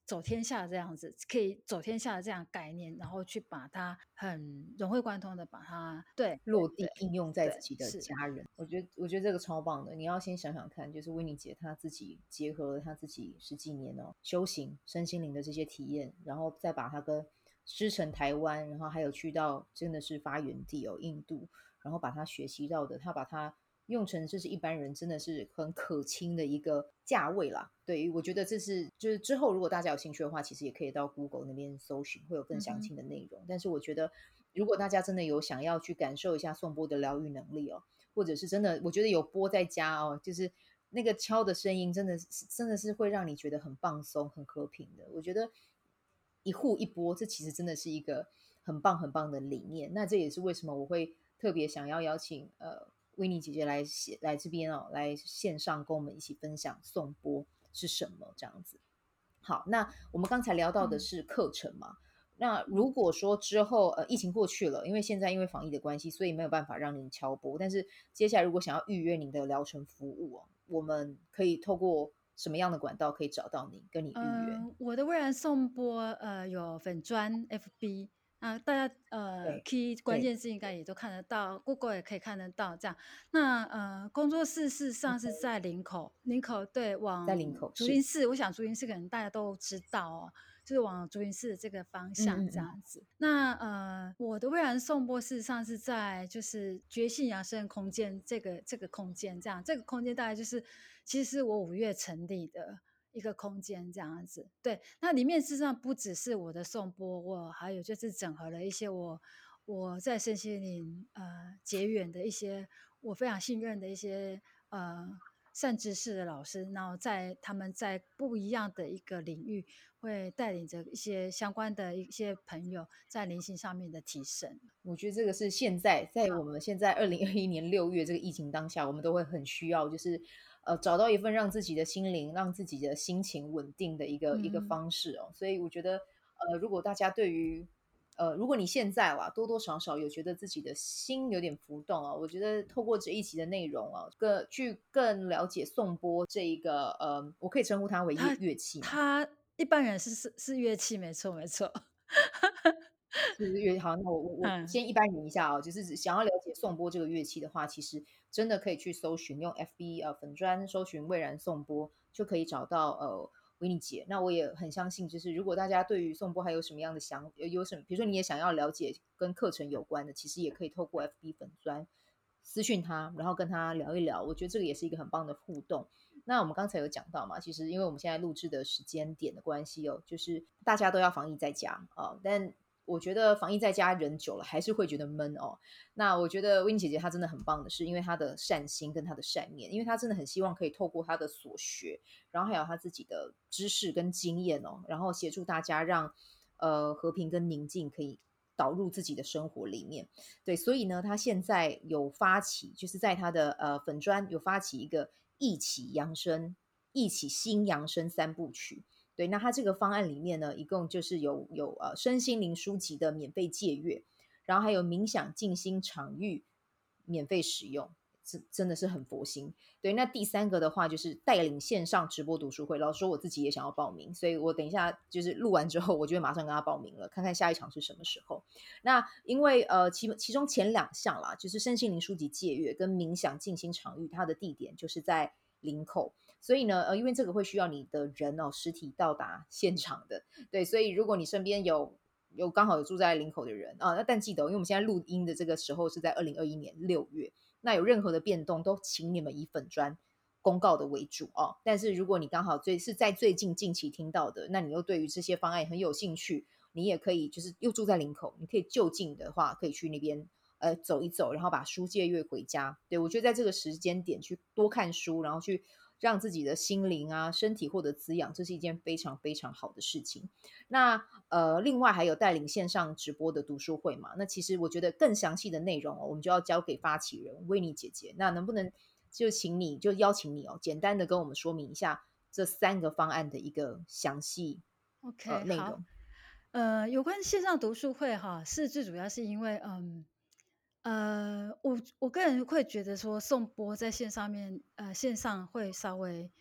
走天下这样子，可以走天下的这样概念，然后去把它很融会贯通的把它对落对地应用在自对己的是， 家人。我觉得我觉得这个超棒的。你要先想想看，就是维尼姐她自己结合了她自己十几年哦修行身心灵的这些体验，然后再把它跟师承台湾，然后还有去到真的是发源地哦印度，然后把它学习到的，她把它用成这是一般人真的是很可亲的一个价位啦。对，我觉得这是就是之后如果大家有兴趣的话，其实也可以到 Google 那边搜寻，会有更详嗯哼， 尽的内容。但是我觉得，如果大家真的有想要去感受一下颂钵的疗愈能力哦，或者是真的，我觉得有钵在家哦，就是那个敲的声音，真的是真的是会让你觉得很放松、很和平的。我觉得一户一钵，这其实真的是一个很棒很棒的理念。那这也是为什么我会特别想要邀请呃维尼姐姐来来这边哦，来线上跟我们一起分享颂钵是什么这样子。好，那我们刚才聊到的嗯是课程嘛，那嗯。 如果说之后呃疫情过去了，因为现在因为防疫的关系，所以没有办法让您敲钵，但是接下来如果想要预约您的疗程服务哦，我们可以透过什么样的管道可以找到你，跟你预约？ 嗯，我的蔚然颂钵呃有粉专 F B 啊，大家呃对 key 关对， 键字应该也都看得到，Google 也可以看得到。这样，那呃工作室事实上是在林口，林口对， 在往林口是， 竹林寺，我想竹林寺可能大家都知道哦，就是往竹林寺的这个方向嗯嗯嗯， 这样子。那呃我的蔚然颂钵事实上是在就是觉性养生空间这个这个空间这样，这个空间大概就是其实是我五月成立的。一个空间这样子，对，那里面事实上不只是我的颂钵，我还有就是整合了一些我我在身心灵呃结缘的一些我非常信任的一些呃善知识的老师，然后在他们在不一样的一个领域，会带领着一些相关的一些朋友在灵性上面的提升。 我觉得这个是现在在我们现在二零二一年六月这个疫情当下，我们都会很需要，就是呃找到一份让自己的心灵、让自己的心情稳定的一个一个嗯， 方式哦。所以我觉得呃，如果大家对于呃，如果你现在啦多多少少有觉得自己的心有点浮动啊，我觉得透过这一集的内容啊，更去更了解颂钵这一个呃，我可以称呼它为乐他乐器嘛。 他一般人是是是乐器，没错没错。 是乐好，那我我我嗯先一般人一下哦，就是只想要了解颂钵这个乐器的话，其实真的可以去搜寻，用 F B 呃粉专搜寻蔚然颂钵，就可以找到呃维尼姐。那我也很相信，就是如果大家对于颂钵还有什么样的想有有什么，比如说你也想要了解跟课程有关的，其实也可以透过 F B 粉专私讯他，然后跟他聊一聊。我觉得这个也是一个很棒的互动。那我们刚才有讲到嘛，其实因为我们现在录制的时间点的关系哦，就是大家都要防疫在家啊、但我觉得防疫在家人久了还是会觉得闷哦。那我觉得 Win 姐姐她真的很棒的是，因为她的善心跟她的善念，因为她真的很希望可以透过她的所学，然后还有她自己的知识跟经验哦，然后协助大家让呃和平跟宁静可以导入自己的生活里面。对，所以呢，她现在有发起，就是在她的呃粉砖有发起一个一起扬声、一起新扬声三部曲。对，那它这个方案里面呢，一共就是有有呃身心灵书籍的免费借阅，然后还有冥想静心场域免费使用，真真的是很佛心。对，那第三个的话就是带领线上直播读书会，老实说我自己也想要报名，所以我等一下就是录完之后，我就会马上跟他报名了，看看下一场是什么时候。那因为呃其其中前两项啦，就是身心灵书籍借阅跟冥想静心场域，它的地点就是在林口。所以呢，呃，因为这个会需要你的人哦，实体到达现场的，对，所以如果你身边有有刚好有住在林口的人啊，那但记得哦，因为我们现在录音的这个时候是在二零二一年六月，那有任何的变动都请你们以粉砖公告的为主哦。但是如果你刚好最是在最近近期听到的，那你又对于这些方案很有兴趣，你也可以就是又住在林口，你可以就近的话可以去那边呃走一走，然后把书借阅回家。对，我觉得在这个时间点去多看书，然后去让自己的心灵啊、身体获得滋养，这是一件非常非常好的事情。那呃，另外还有带领线上直播的读书会嘛？那其实我觉得更详细的内容哦，我们就要交给发起人维尼姐姐。那能不能就请你就邀请你哦，简单的跟我们说明一下这三个方案的一个详细呃 ，OK，好。 内容？ 呃，有关线上读书会哈，是最主要是因为，嗯，呃，我我个人会觉得说，颂钵在线上面，呃，线上会稍微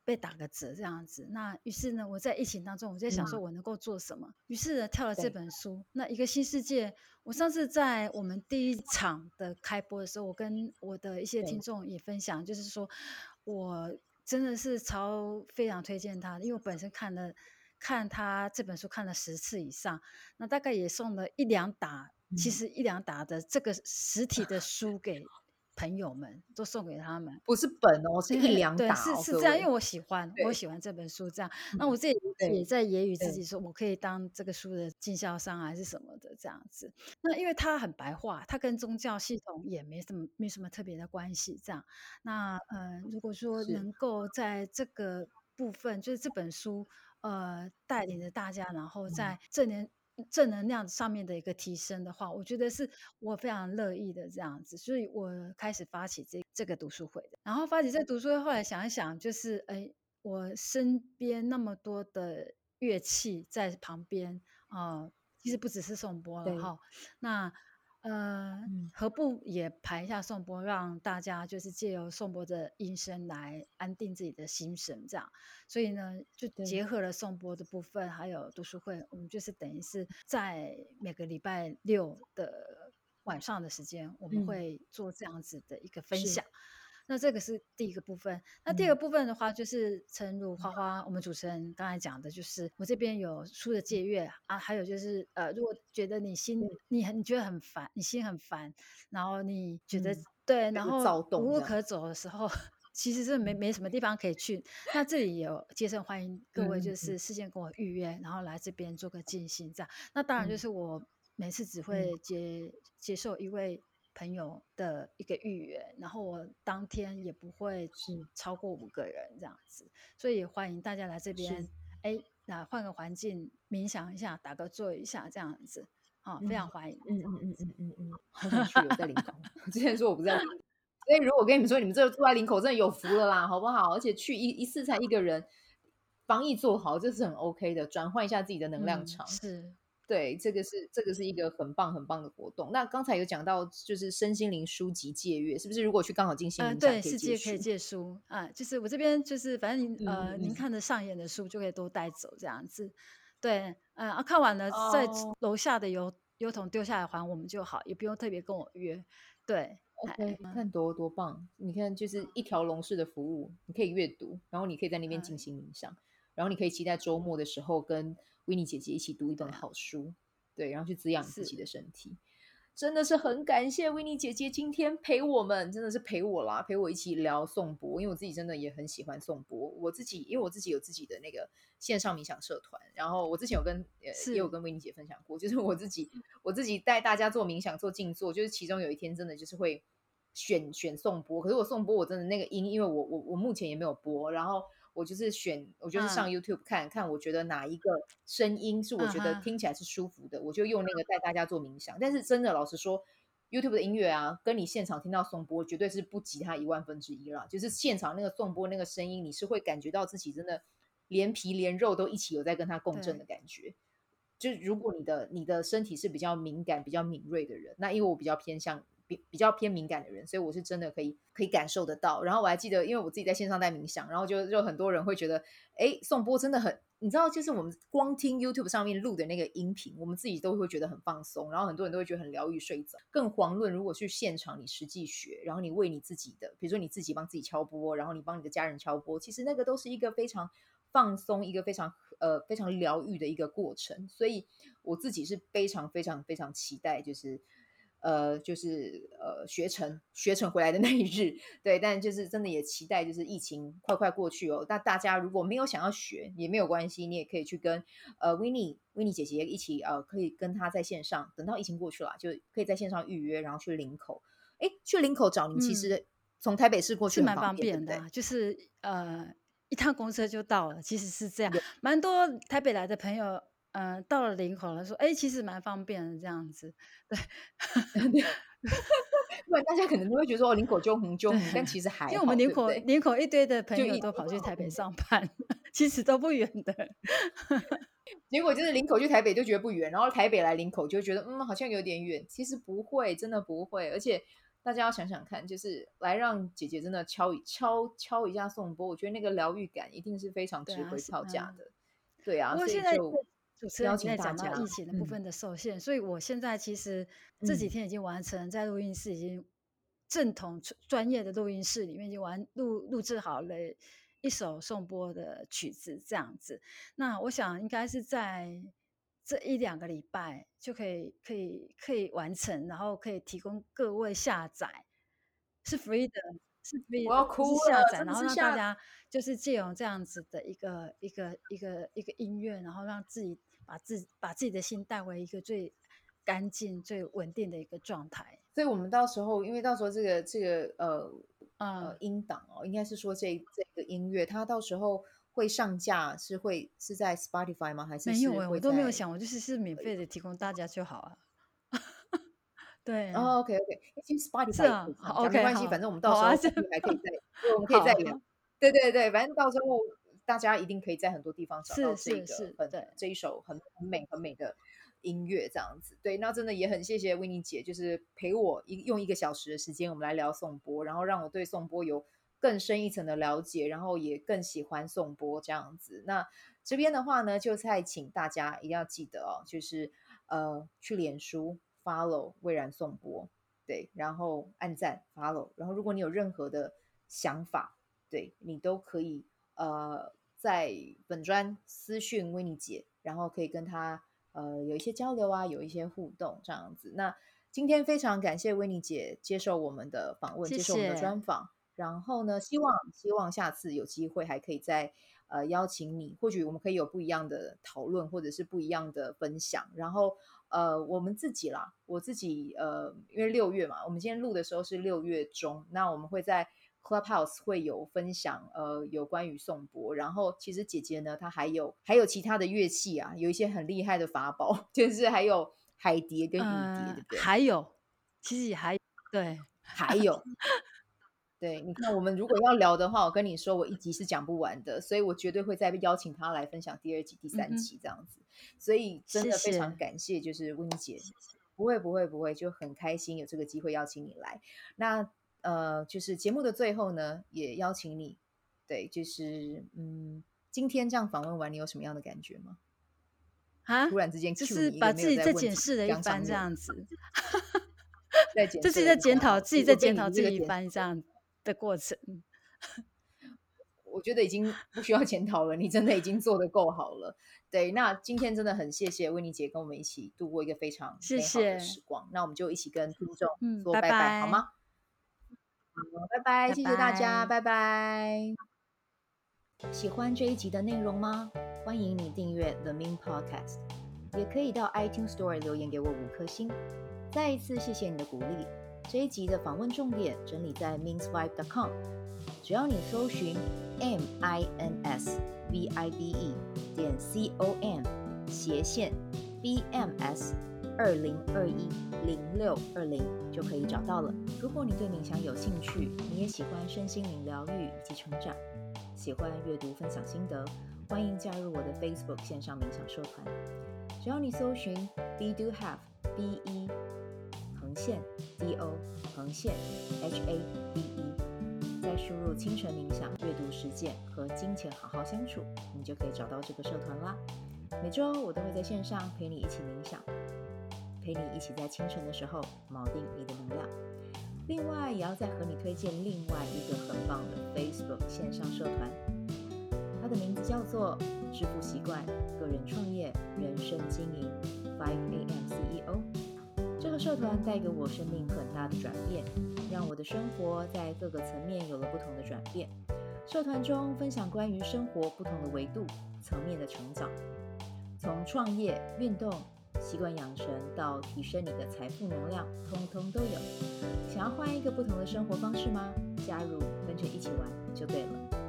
被打个折这样子。那于是呢，我在疫情当中，我在想说我能够做什么，于是呢跳了这本书。那一个新世界，我上次在我们第一场的开播的时候，我跟我的一些听众也分享，就是说我真的是超非常推荐他的，因为我本身看了看他这本书看了十次以上，那大概也送了一两打，其实一两打的这个实体的书给朋友们，都送给他们。 不是本哦，是一两对， 打哦， 是是这样， 各位。 因为我喜欢，我喜欢这本书这样。那我自己也在揶揄自己说，我可以当这个书的经销商还是什么的这样子。那因为它很白话，它跟宗教系统也没什么没什么特别的关系这样。那呃，如果说能够在这个部分，就是这本书呃带领着大家，然后在正能正能量上面的一个提升的话，我觉得是我非常乐意的这样子，所以我开始发起这这个读书会的。然后发起这个读书会，后来想一想，就是哎，我身边那么多的乐器在旁边啊、呃其实不只是颂钵了哈。那呃，何不也排一下颂钵，让大家就是借由颂钵的音声来安定自己的心神，这样。所以呢，就结合了颂钵的部分，还有读书会，我们就是等于是在每个礼拜六的晚上的时间，我们会做这样子的一个分享。那这个是第一个部分。那第二个部分的话，就是诚如花花我们主持人刚才讲的，就是我这边有书的借阅啊，还有就是呃，如果觉得你心你很你觉得很烦，你心很烦，然后你觉得、 嗯对，然后躁动无路这样可走的时候，其实是没没什么地方可以去。那这里有接受欢迎各位，就是事先跟我预约，然后来这边做个进行这样。那当然就是我每次只会接、接受一位朋友的一个预约，然后我当天也不会超过五个人这样子，所以欢迎大家来这边，哎，那换个环境冥想一下，打个坐一下这样子，啊、非常欢迎。 嗯嗯嗯嗯嗯嗯，好想去哦，在林口。之前说我不在林口，所以如果我跟你们说，你们这个住在林口真的有福了啦，好不好？而且去一一次才一个人，防疫做好，这是很 OK 的，转换一下自己的能量场。 嗯、是。 对，这个是这个是一个很棒很棒的活动。那刚才有讲到，就是身心灵书籍借阅，是不是？如果去刚好进心呃， 冥想对， 可以借书？ 世界可以借书啊，就是我这边就是反正您嗯呃您嗯看得上眼的书就可以都带走这样子，对，嗯啊看完了在哦楼下的邮邮筒丢下来还我们就好，也不用特别跟我约，对， ，OK，看多多棒！你看，就是一条龙式的服务，你可以阅读，然后你可以在那边进行冥想，然后你可以期待周末的时候跟维尼姐姐一起读一本好书，对，然后去滋养自己的身体。真的是很感谢维尼姐姐今天陪我们，真的是陪我啦，陪我一起聊颂钵，因为我自己真的也很喜欢颂钵。我自己，因为我自己有自己的那个线上冥想社团，然后我之前有跟呃也有跟维尼姐分享过，就是我自己我自己带大家做冥想做静坐，就是其中有一天真的就是会选选颂钵，可是我颂钵我真的那个音，因为我我我目前也没有播，然后我就是选，我就是上 YouTube 看、嗯、看，我觉得哪一个声音是我觉得听起来是舒服的，嗯、我就用那个带大家做冥想。但是真的老实说 ，YouTube 的音乐啊，跟你现场听到颂钵绝对是不及它一万分之一啦。就是现场那个颂钵那个声音，你是会感觉到自己真的连皮连肉都一起有在跟它共振的感觉。就如果你的你的身体是比较敏感、比较敏锐的人，那因为我比较偏向。比比较偏敏感的人，所以我是真的可以可以感受得到。然后我还记得，因为我自己在线上带冥想，然后就就很多人会觉得，哎，颂钵真的很，你知道，就是我们光听 YouTube 上面录的那个音频，我们自己都会觉得很放松，然后很多人都会觉得很疗愈，睡着。更遑论如果去现场你实际学，然后你为你自己的，比如说你自己帮自己敲钵，然后你帮你的家人敲钵，其实那个都是一个非常放松，一个非常呃非常疗愈的一个过程。所以我自己是非常非常非常期待，就是。呃，就是呃，学成学成回来的那一日，对，但就是真的也期待，就是疫情快快过去哦。那大家如果没有想要学也没有关系，你也可以去跟呃 Winnie Winnie 姐姐一起呃，可以跟她在线上，等到疫情过去了，就可以在线上预约，然后去林口。哎，去林口找你，其实从台北市过去很是蛮方便的、啊， 对对就是呃一趟公车就到了，其实是这样，蛮多台北来的朋友。嗯、呃，到了林口了，说，哎，其实蛮方便的这样子，对， 不然大家可能都会觉得说，哦，林口就红就红，但其实还好， 因为我们林口对对林口一堆的朋友都跑去台北上班，其实都不远的。 结果就是林口去台北就觉得不远，然后台北来林口就觉得嗯好像有点远，其实不会，真的不会，而且大家要想想看，就是来让姐姐真的敲一敲敲一下颂钵，我觉得那个疗愈感一定是非常值回票价的。对啊， 不过现在所以就主持人邀已经在讲到请大家。 疫情的部嗯分的受限，所以我现在其实这几嗯天已经完成，在录音室已经正统专业的录音室里面已经完录录制好了一首颂钵的曲子，这样子。那我想应该是在这一两个礼拜就可以可以可以完成，然后可以提供各位下载，是 free 的，是 free 的，就我要哭了， 是下载， 真的然后是下。 让大家就是借由这样子的一个一个一个一个音乐，然后让自己把自把自己的心带回一个最干净、最稳定的一个状态。 所以我们到时候，因为到时候这个这个呃呃嗯， 音档哦，应该是说这这个音乐，它到时候会上架，是会是在 Spotify 吗？还是是没有哎、我会在？ 都没有想，我就是是免费的提供大家就好啊。对， 哦，OK OK，其实是 Spotify 也可以啊，好上架，没 ，OK， 关系， 好， 反正我们到好啊， 时候后这面还可以再，对，我们可以再聊。 好好， 对对对，反正到时候大家一定可以在很多地方找到是这个是是， 很对， 这一首很很美很美的音乐，这样子。对，那真的也很谢谢维尼姐，就是陪我一用一个小时的时间，我们来聊颂钵，然后让我对颂钵有更深一层的了解，然后也更喜欢颂钵这样子。那这边的话呢，就再请大家一定要记得哦，就是呃去脸书 follow 蔚然颂钵。对，然后按赞 follow，然后如果你有任何的想法，对你都可以呃在本专私讯维尼姐，然后可以跟她呃有一些交流啊，有一些互动这样子。那今天非常感谢维尼姐接受我们的访问， 谢接受我们的谢， 专访。然后呢，希望希望下次有机会还可以再呃邀请你，或许我们可以有不一样的讨论，或者是不一样的分享。然后呃，我们自己啦，我自己呃，因为六月嘛，我们今天录的时候是六月中，那我们会在 Clubhouse 会有分享呃有关于颂钵。然后其实姐姐呢，她还有还有其他的乐器啊，有一些很厉害的法宝，就是还有海蝶跟雨蝶，对呃， 不对？ 还有，其实也还对， 还有。对，你看，我们如果要聊的话，我跟你说，我一集是讲不完的，所以我绝对会再邀请他来分享第二集、第三嗯哼， 期这样子。所以真谢的非常谢， 感谢，就是温姐，不会不会不会，就很开心有这个机会邀请你来。那呃，就是节目的最后呢，也邀请你，对，就是嗯，今天这样访问完，你有什么样的感觉吗？ 啊， 突然之间就 cue 是你一个没有把自己再在问题检视了一番这纲上面， 样子， 再检就自己在视了一番哦。 检讨自己我我被你在检讨自的这个检己一番这样的过程。 我觉得已经不需要检讨了，你真的已经做得够好了。对，那今天真的很谢谢维尼姐跟我们一起度过一个非常谢美好的谢， 时光。那我们就一起跟听众嗯，拜说拜拜，好拜， 吗？好，拜拜， 拜谢谢大家， 拜。 拜拜。喜欢这一集的内容吗？欢迎你订阅 The Min Podcast， 也可以到 iTunes Store 留言给我五颗星。再一次谢谢你的鼓励。这一集的访问重点整理在 mins vibe dot com， 只要你搜寻 M I N S V I B E 点 C O M 斜线 B M S 二零二一零六二零就可以找到了。如果你对冥想有兴趣，你也喜欢身心灵疗愈以及成长，喜欢阅读分享心得，欢迎加入我的 Facebook 线上冥想社团。只要你搜寻 Be Do Have B E 横线 D O 横线 H A B E， 再输入清晨冥想、阅读实践和金钱好好相处，你就可以找到这个社团啦。每周我都会在线上陪你一起冥想，陪你一起在清晨的时候锚定你的能量。另外，也要再和你推荐另外一个很棒的 Facebook 线上社团，它的名字叫做致富习惯、个人创业、人生经营 five A M C E O。这个社团带给我生命很大的转变，让我的生活在各个层面有了不同的转变。社团中分享关于生活不同的维度、层面的成长，从创业、运动、习惯养成到提升你的财富能量，通通都有。想要换一个不同的生活方式吗？加入跟着一起玩就对了。